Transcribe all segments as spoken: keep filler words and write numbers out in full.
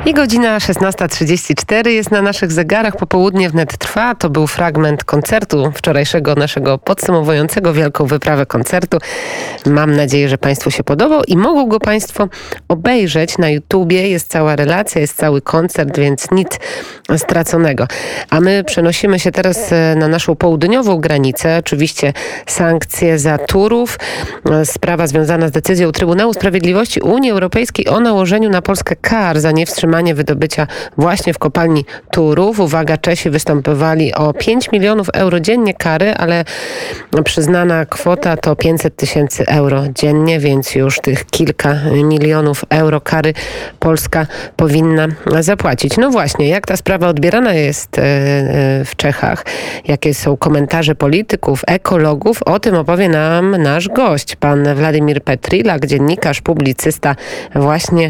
I godzina szesnasta trzydzieści cztery jest na naszych zegarach. Popołudnie wnet trwa. To był fragment koncertu wczorajszego naszego podsumowującego wielką wyprawę koncertu. Mam nadzieję, że Państwu się podobał i mogą go Państwo obejrzeć na YouTubie. Jest cała relacja, jest cały koncert, więc nic straconego. A my przenosimy się teraz na naszą południową granicę. Oczywiście sankcje za Turów. Sprawa związana z decyzją Trybunału Sprawiedliwości Unii Europejskiej o nałożeniu na Polskę kar za niewstrzymanie wydobycia właśnie w kopalni Turów. Uwaga, Czesi występowali o pięć milionów euro dziennie kary, ale przyznana kwota to pięćset tysięcy euro dziennie, więc już tych kilka milionów euro kary Polska powinna zapłacić. No właśnie, jak ta sprawa odbierana jest w Czechach? Jakie są komentarze polityków, ekologów? O tym opowie nam nasz gość, pan Władimir Petrilak, dziennikarz, publicysta właśnie,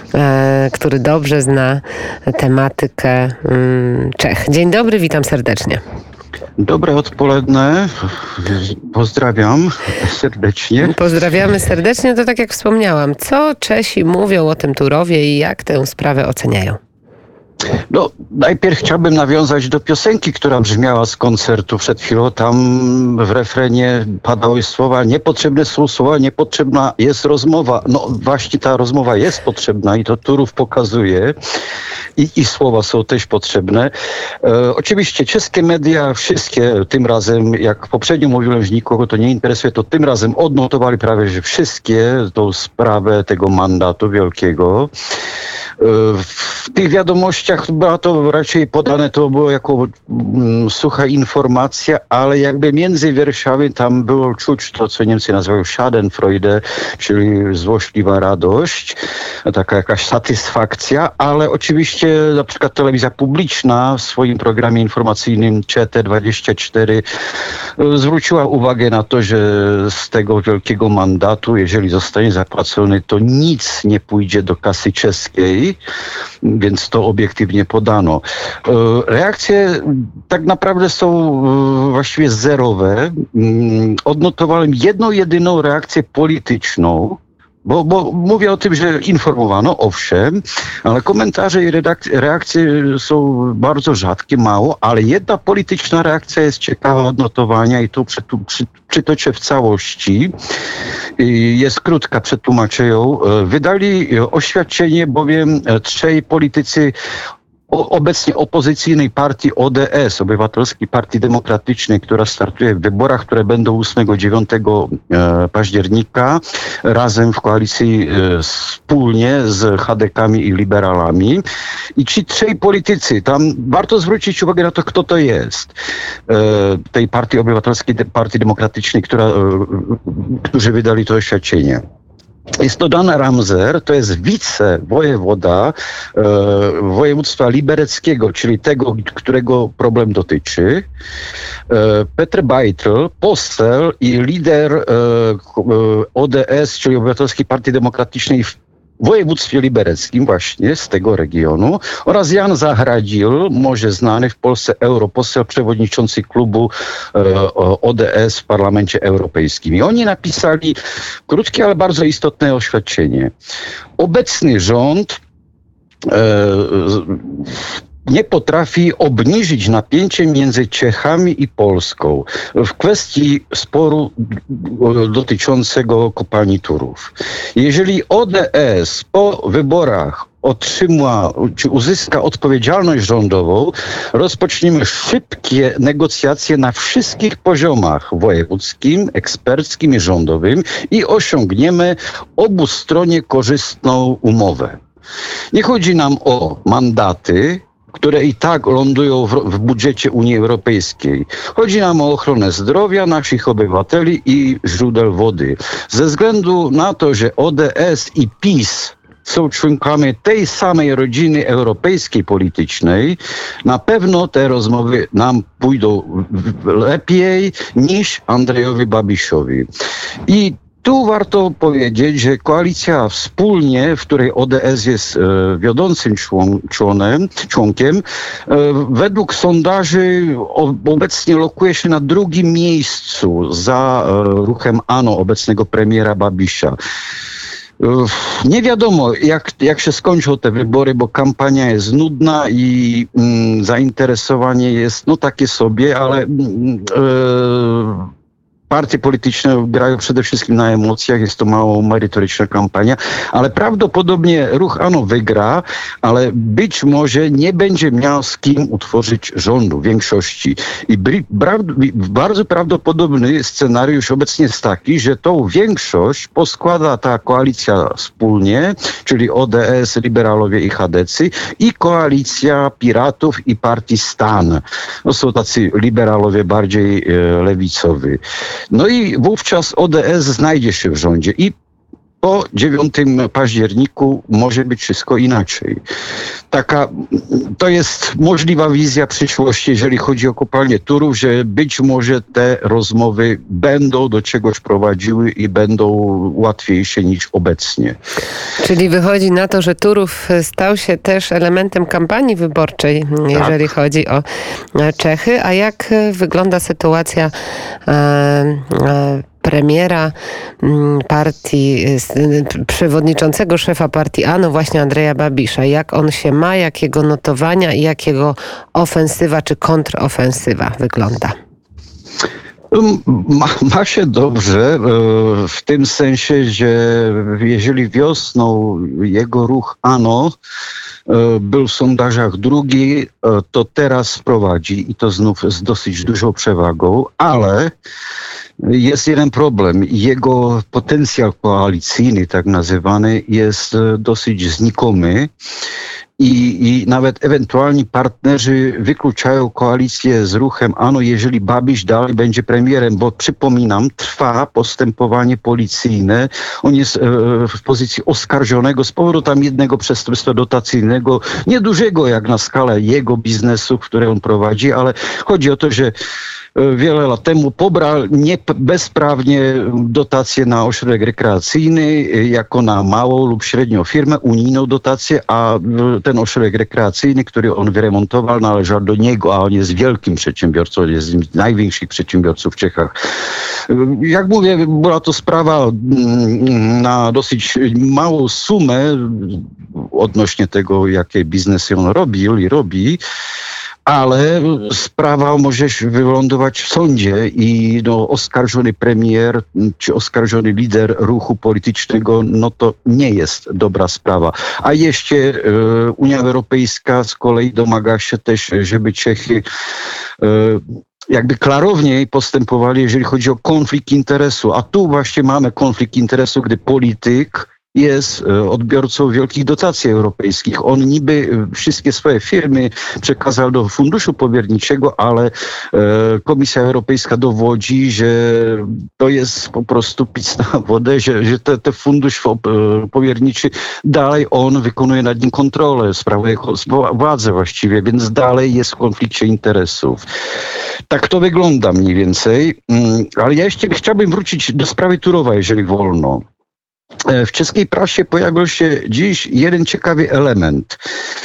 który dobrze zna tematykę Czech. Dzień dobry, witam serdecznie. Dobre odpoledne. Pozdrawiam serdecznie. Pozdrawiamy serdecznie. To tak jak wspomniałam, co Czesi mówią o tym Turowie i jak tę sprawę oceniają? No, najpierw chciałbym nawiązać do piosenki, która brzmiała z koncertu przed chwilą. Tam w refrenie padały słowa: niepotrzebne są słowa, niepotrzebna jest rozmowa. No właśnie ta rozmowa jest potrzebna i to Turów pokazuje. I, i słowa są też potrzebne. E, oczywiście czeskie media, wszystkie tym razem, jak poprzednio mówiłem, że nikogo to nie interesuje, to tym razem odnotowali prawie, że wszystkie tą sprawę tego mandatu wielkiego. E, w tych wiadomościach była to raczej podane, to było jako mm, sucha informacja, ale jakby między wierszami tam było czuć to, co Niemcy nazywają Schadenfreude, czyli złośliwa radość, taka jakaś satysfakcja, ale oczywiście na przykład telewizja publiczna w swoim programie informacyjnym C T dwadzieścia cztery zwróciła uwagę na to, że z tego wielkiego mandatu, jeżeli zostanie zapłacony, to nic nie pójdzie do kasy czeskiej, więc to obiektywnie podano. Reakcje tak naprawdę są właściwie zerowe. Odnotowałem jedną, jedyną reakcję polityczną, Bo, bo mówię o tym, że informowano, owszem, ale komentarze i redakcje, reakcje są bardzo rzadkie, mało, ale jedna polityczna reakcja jest ciekawa odnotowania i tu przytoczę w całości. Jest krótka, przetłumaczę ją. Wydali oświadczenie, bowiem trzej politycy obecnie opozycyjnej partii O D S, Obywatelskiej Partii Demokratycznej, która startuje w wyborach, które będą ósmego dziewiątego października, razem w koalicji wspólnie z H D K-ami i liberalami. I ci trzej politycy, tam warto zwrócić uwagę na to, kto to jest. Tej Partii Obywatelskiej, Partii Demokratycznej, która, którzy wydali to oświadczenie. Jest to Dan Ramser, to jest wicewojewoda e, województwa libereckiego, czyli tego, którego problem dotyczy. E, Petr Beitl, poseł i lider e, O D S, czyli Obywatelskiej Partii Demokratycznej w w województwie libereckim, właśnie z tego regionu, oraz Jan Zahradil, może znany w Polsce europoseł, przewodniczący klubu e, O D S w Parlamencie Europejskim. I oni napisali krótkie, ale bardzo istotne oświadczenie. Obecny rząd e, nie potrafi obniżyć napięcie między Czechami i Polską w kwestii sporu dotyczącego kopalni Turów. Jeżeli O D S po wyborach otrzyma, czy uzyska odpowiedzialność rządową, rozpoczniemy szybkie negocjacje na wszystkich poziomach: wojewódzkim, eksperckim i rządowym i osiągniemy obustronnie korzystną umowę. Nie chodzi nam o mandaty, które i tak lądują w, w budżecie Unii Europejskiej. Chodzi nam o ochronę zdrowia naszych obywateli i źródeł wody. Ze względu na to, że O D S i PiS są członkami tej samej rodziny europejskiej politycznej, na pewno te rozmowy nam pójdą lepiej niż Andrejowi Babiszowi. I tu warto powiedzieć, że koalicja wspólnie, w której O D S jest e, wiodącym człon, członem, członkiem, e, według sondaży obecnie lokuje się na drugim miejscu za e, ruchem ANO obecnego premiera Babisza. Nie wiadomo, jak, jak się skończą te wybory, bo kampania jest nudna i mm, zainteresowanie jest no takie sobie, ale yy, partie polityczne grają przede wszystkim na emocjach, jest to mało merytoryczna kampania, ale prawdopodobnie ruch ANO wygra, ale być może nie będzie miał z kim utworzyć rządu, większości. I bry, bra, bardzo prawdopodobny scenariusz obecnie jest taki, że tą większość poskłada ta koalicja wspólnie, czyli O D S, liberalowie i chadecy, i koalicja Piratów i Partii Stan. No są tacy liberalowie bardziej e, lewicowi. No i wówczas O D S znajdzie się w rządzie i po dziewiątego października może być wszystko inaczej. Taka, to jest możliwa wizja przyszłości, jeżeli chodzi o kopalnię Turów, że być może te rozmowy będą do czegoś prowadziły i będą łatwiejsze niż obecnie. Czyli wychodzi na to, że Turów stał się też elementem kampanii wyborczej, jeżeli tak. chodzi o Czechy. A jak wygląda sytuacja e, e, premiera partii, przewodniczącego szefa partii ANO, właśnie Andreja Babisza. Jak on się ma, jakiego notowania i jakiego ofensywa czy kontrofensywa wygląda? Ma, ma się dobrze w tym sensie, że jeżeli wiosną jego ruch ANO był w sondażach drugi, to teraz prowadzi i to znów z dosyć dużą przewagą, ale jest jeden problem. Jego potencjał koalicyjny, tak nazywany, jest dosyć znikomy. I, I nawet ewentualni partnerzy wykluczają koalicję z ruchem ANO, jeżeli Babiš dalej będzie premierem, bo przypominam, trwa postępowanie policyjne. On jest e, w pozycji oskarżonego z powodu tam jednego przestępstwa dotacyjnego, niedużego jak na skalę jego biznesu, które on prowadzi, ale chodzi o to, że wiele lat temu pobrał nie bezprawnie dotację na ośrodek rekreacyjny jako na małą lub średnią firmę, unijną dotację, a ten ośrodek rekreacyjny, który on wyremontował, należał do niego, a on jest wielkim przedsiębiorcą, jest jednym z największych przedsiębiorców w Czechach. Jak mówię, była to sprawa na dosyć małą sumę odnośnie tego, jakie biznesy on robił i robi, ale sprawa może wylądować w sądzie i no, oskarżony premier czy oskarżony lider ruchu politycznego, no to nie jest dobra sprawa. A jeszcze e, Unia Europejska z kolei domaga się też, żeby Czechy e, jakby klarowniej postępowali, jeżeli chodzi o konflikt interesu. A tu właśnie mamy konflikt interesu, gdy polityk jest odbiorcą wielkich dotacji europejskich. On niby wszystkie swoje firmy przekazał do funduszu powierniczego, ale Komisja Europejska dowodzi, że to jest po prostu pic na wodę, że, że te, te fundusz powierniczy dalej on wykonuje nad nim kontrolę, sprawuje władzę właściwie, więc dalej jest w konflikcie interesów. Tak to wygląda mniej więcej. Ale ja jeszcze chciałbym wrócić do sprawy Turowa, jeżeli wolno. W czeskiej prasie pojawił się dziś jeden ciekawy element.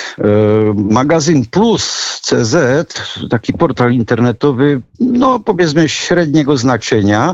Magazyn Plus C Z, taki portal internetowy, no powiedzmy średniego znaczenia,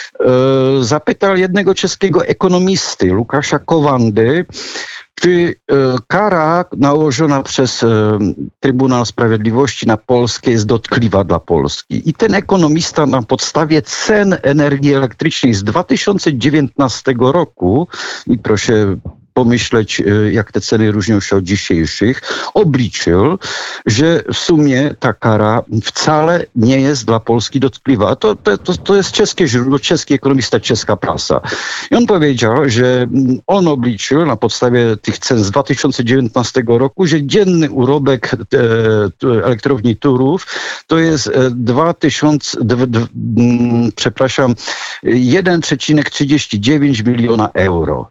zapytał jednego czeskiego ekonomisty, Łukasza Kowandy, czy kara nałożona przez Trybunał Sprawiedliwości na Polskę jest dotkliwa dla Polski. I ten ekonomista na podstawie cen energii elektrycznej z dwa tysiące dziewiętnastego roku, i proszę pomyśleć, jak te ceny różnią się od dzisiejszych, obliczył, że w sumie ta kara wcale nie jest dla Polski dotkliwa. To, to, to jest czeskie źródło, czeski ekonomista, czeska prasa. I on powiedział, że on obliczył na podstawie tych cen z dwa tysiące dziewiętnastego roku, że dzienny urobek e, elektrowni Turów to jest dwa tysiące, d, d, m, przepraszam, jeden przecinek trzydzieści dziewięć miliona euro.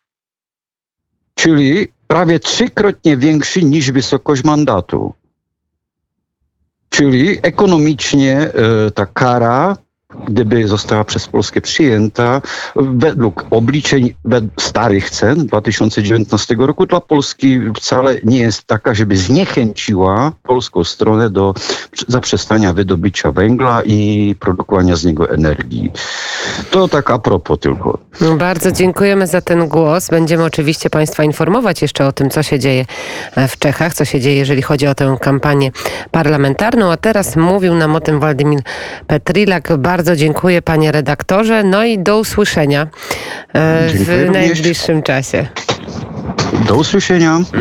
Czyli prawie trzykrotnie większy niż wysokość mandatu. Czyli ekonomicznie e, ta kara gdyby została przez Polskę przyjęta, według obliczeń starych cen dwa tysiące dziewiętnastego roku dla Polski wcale nie jest taka, żeby zniechęciła polską stronę do zaprzestania wydobycia węgla i produkowania z niego energii. To tak a propos tylko. No, bardzo dziękujemy za ten głos. Będziemy oczywiście Państwa informować jeszcze o tym, co się dzieje w Czechach, co się dzieje, jeżeli chodzi o tę kampanię parlamentarną. A teraz mówił nam o tym Władimir Petrilak. Bardzo dziękuję, panie redaktorze. No i do usłyszenia w Dziękuję najbliższym czasie. Do usłyszenia.